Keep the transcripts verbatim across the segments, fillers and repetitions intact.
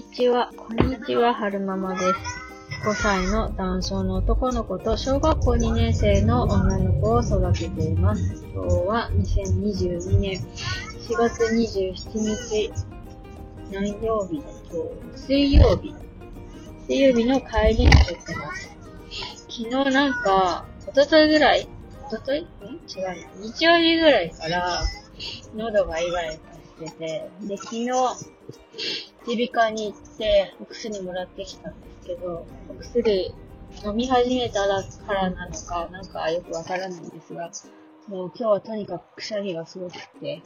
ちは、こんにちは、はるままです。ごさいの男性の男の子と小学校にねん生の女の子を育てています。今日はにせんにじゅうにねんしがつにじゅうしちにち、何曜日だ今日、水曜日。水曜日の帰りに撮ってます。昨日なんか、おとといぐらい、おとといん違うな。日曜日ぐらいから、喉がイガイガしてて、で、昨日、耳鼻科に行ってお薬もらってきたんですけど、お薬飲み始めたからなのか、なんかよくわからないんですが、もう今日はとにかくくしゃみがすごくて、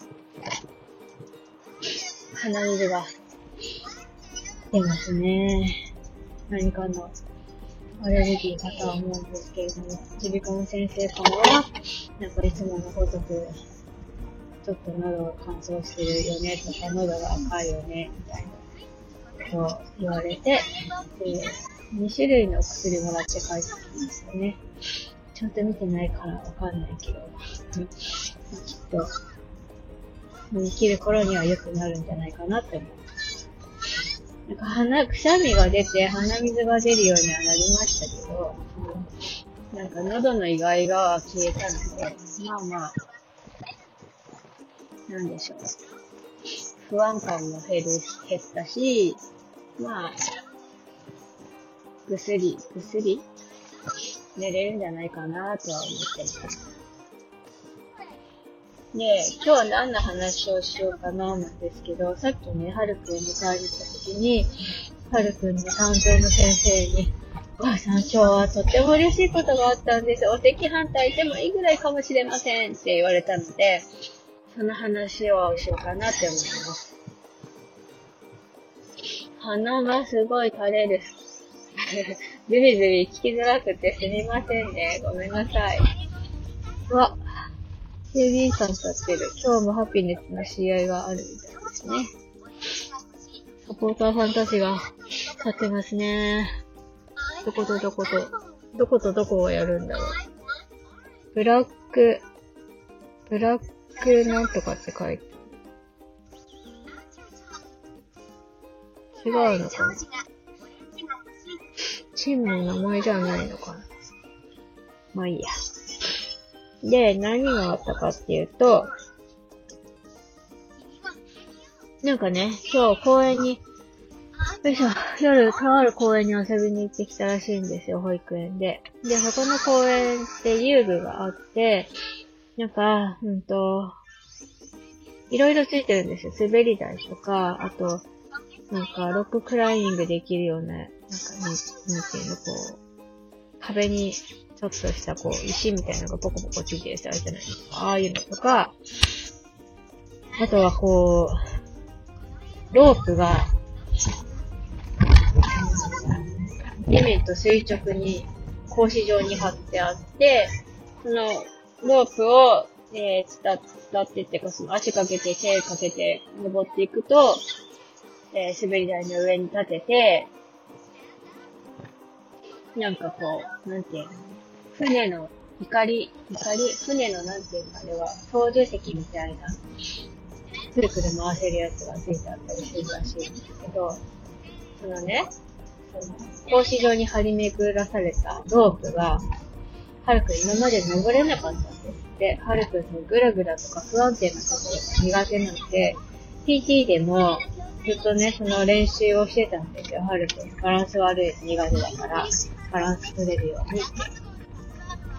鼻水が出ますね。何かのアレルギーかとは思うんですけれども、耳鼻科の先生からは、なんかいつものごとく、ちょっと喉が乾燥してるよねとか、喉が赤いよね、みたいな。と言われて、で、にしゅるいの薬もらって帰ってきましたね。ちゃんと見てないからわかんないけど、きっと、生きる頃には良くなるんじゃないかなって思う。なんか鼻、くしゃみが出て鼻水が出るようにはなりましたけど、なんか喉のイガイガは消えたので、まあまあ、なんでしょう。不安感も減る、減ったし、まあ、ぐすり、ぐすり寝れるんじゃないかなとは思っています。で、今日は何の話をしようかななんですけど、さっきね、はるくんに帰りた時に、はるくんの担当の先生に、お母さん今日はとっても嬉しいことがあったんです。お赤飯炊いてもいいぐらいかもしれませんって言われたので、その話をしようかなって思います。鼻がすごい垂れる。ずりずり聞きづらくてすみませんね。ごめんなさい。うわ、警備員さん立ってる。今日もハピネスの試合があるみたいですね。サポーターさんたちが立ってますね。どことどこと、どことどこをやるんだろう。ブラック、ブラックなんとかって書いて違うのかな。チームの名前じゃないのかな。まあいいや。で、何があったかっていうと、なんかね、今日公園に、よいしょ、夜、とある公園に遊びに行ってきたらしいんですよ、保育園で。で、そこの公園って遊具があって、なんか、うんと、いろいろついてるんですよ。滑り台とか、あと、なんか、ロッククライミングできるような、なんか、なんていうの、こう、壁にちょっとした、こう、石みたいなのがポコポコついてるやつあるじゃないですか。ああいうのとか、あとはこう、ロープが、地面と垂直に、格子状に張ってあって、その、ロープを、えー、伝ってってか、その足かけて、手かけて、登っていくと、えー、滑り台の上に立てて、なんかこう、なんていうの、船の、光、光、船のなんていうのあれは、操縦席みたいな、くるくる回せるやつがついてあったりするらしいんですけど、そのね、その、格子状に張り巡らされたロープが、はるくん今まで登れなかったんですって。はるくんのグラグラとか不安定なところが苦手なので、ピーティー でも、ずっとね、その練習をしてたんですよ。はるくん。バランス悪い苦手だから、バランス取れるようにって。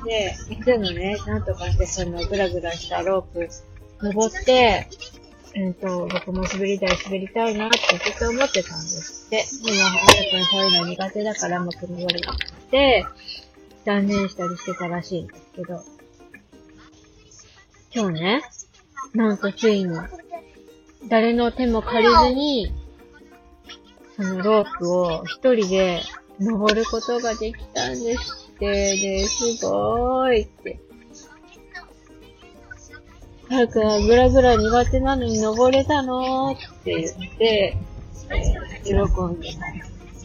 で、いつもね、なんとかしてそのグラグラしたロープ、登って、えっと、僕も滑り台滑りたいなってずっと思ってたんですって。でも、はるくんそういうの苦手だからうまく登れなくて、断念したりしてたらしいんですけど、今日ね、なんとついに、誰の手も借りずに、そのロープを一人で登ることができたんですって、で、すごーいって。はるくんはぐらぐら苦手なのに登れたのーって言って、えー、喜んでた。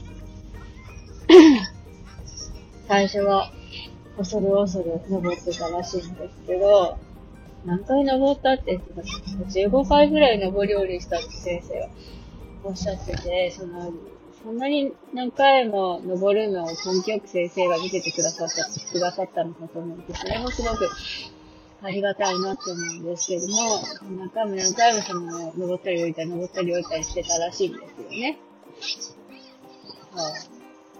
最初は恐る恐る登ってたらしいんですけど、何回登ったって言ってたの？じゅうごかいぐらい登り降りしたって先生はおっしゃってて、その、そんなに何回も登るのを根気よく先生が見ててくださった、くださったのかと思うと、それもすごくありがたいなって思うんですけども、何回も何回もその、登ったり降りたり、登ったり降りたりしてたらしいんですよね。はい。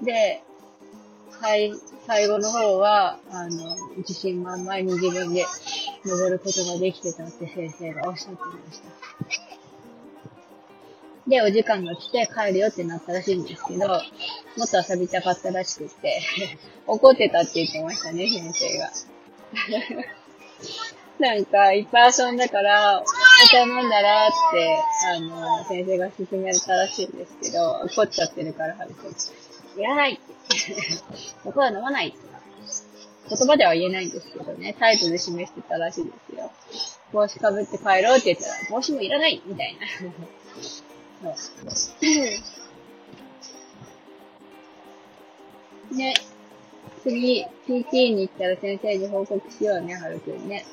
で、最、最後の方は、あの、自信満々に自分で登ることができてたって先生がおっしゃってました。で、お時間が来て帰るよってなったらしいんですけど、もっと遊びたかったらしくって、怒ってたって言ってましたね、先生が。なんか、いっぱい遊んだから、お茶飲んだらって、あの、先生が勧めたらしいんですけど、怒っちゃってるから、はるくん。いらないって。僕は飲まないって。言葉では言えないんですけどね、態度で示してたらしいですよ。帽子かぶって帰ろうって言ったら、帽子もいらないみたいな。ね、次、ピーティー に行ったら先生に報告しようね、はるくんね。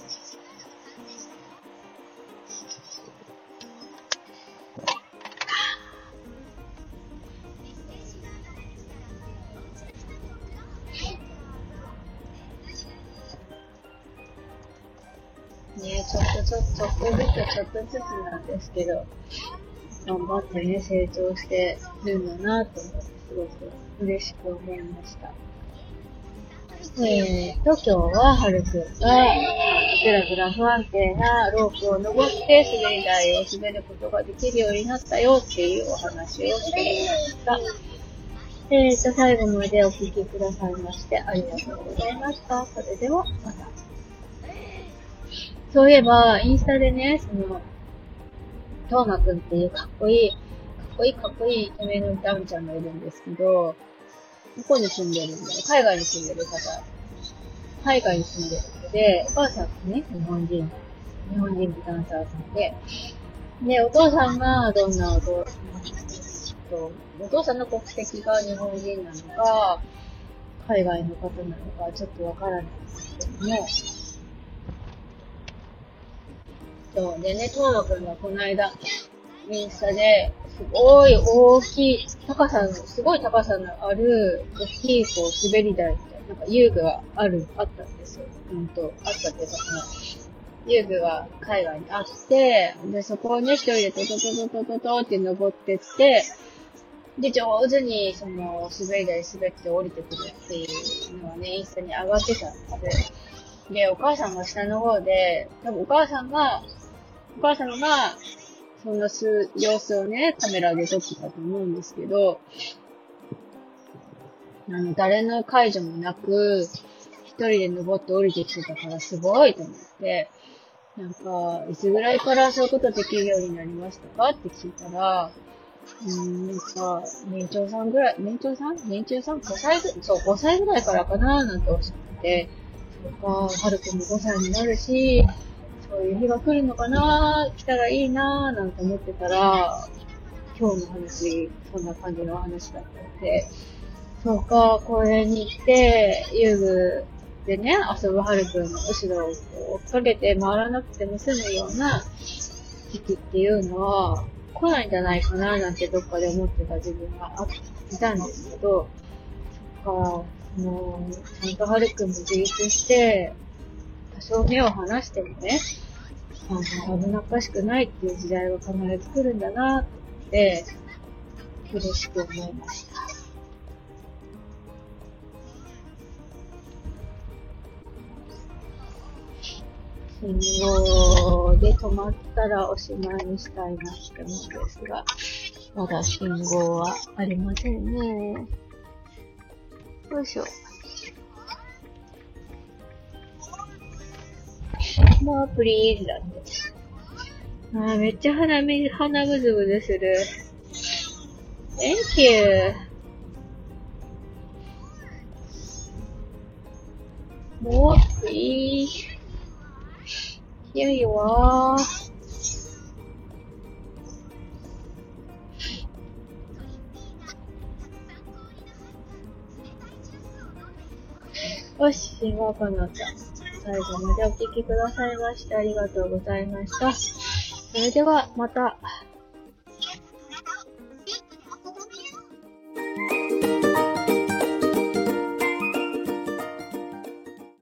ね、ちょっとちょっと、ちょっとずつちょっとずつなんですけど、頑張ってね、成長してるんだなと思って、すごく嬉しく思いました。えーと、今日ははるくんが、ぐらぐら不安定なロープを登って滑り台を滑ることができるようになったよっていうお話をしてみました。えーと、最後までお聞きくださいましてありがとうございました。それではまた。そういえば、インスタでね、その、トーマくんっていうかっこいい、かっこいいかっこいいイケメンのダムちゃんがいるんですけど、どこに住んでるんだろう、海外に住んでる方、海外に住んでるので、お母さんがね、日本人、日本人ダンサーさんで、で、お父さんがどんなお父、お父さんの国籍が日本人なのか、海外の方なのか、ちょっとわからないんですけども、そうでね、トーマくんがこの間、インスタで、すごい大きい、高さの、すごい高さのある、大きい、こう、滑り台みたいな、なんか遊具がある、あったんですよ。うんと、あったっていうか、その、遊具が海外にあって、で、そこをね、一人でトトトトトトトって登ってって、で、上手に、その、滑り台滑って降りてくるっていうのがね、インスタに上がってたんですよ。で、お母さんが下の方で、多分お母さんが、お母様が、そんなす、様子をね、カメラで撮ってたと思うんですけど、あの、誰の介助もなく、一人で登って降りてきてたからすごいと思って、なんか、いつぐらいからそういうことできるようになりましたかって聞いたら、うーん、なんか、年長さんぐらい、年長さん年長さん ?ご 歳ぐ、そう、ごさいぐらいからかなーなんておっしゃってて、そうか、はるくんもごさいになるし、そういう日が来るのかなー、来たらいいなーなんて思ってたら、今日の話、そんな感じの話だったので、そうか、公園に行って、遊具でね、遊ぶはるくんの後ろを追っかけて回らなくても済むような時期っていうのは来ないんじゃないかななんてどっかで思ってた自分がいたんですけど、そっか、もう、ちゃんとはるくんも自立して、多少目を離してもね、あの、危なっかしくないっていう時代は必ず来るんだなって、嬉しく思いました。信号で止まったらおしまいにしたいなって思うんですが、まだ信号はありませんね。よいしょ。もうプリーズだって。あー、めっちゃ鼻み、鼻ぐずぐずする。Thank you. もうプリーズ。Here you are. よし、信号かなった。最後までお聞きくださいましてありがとうございました。それではまた。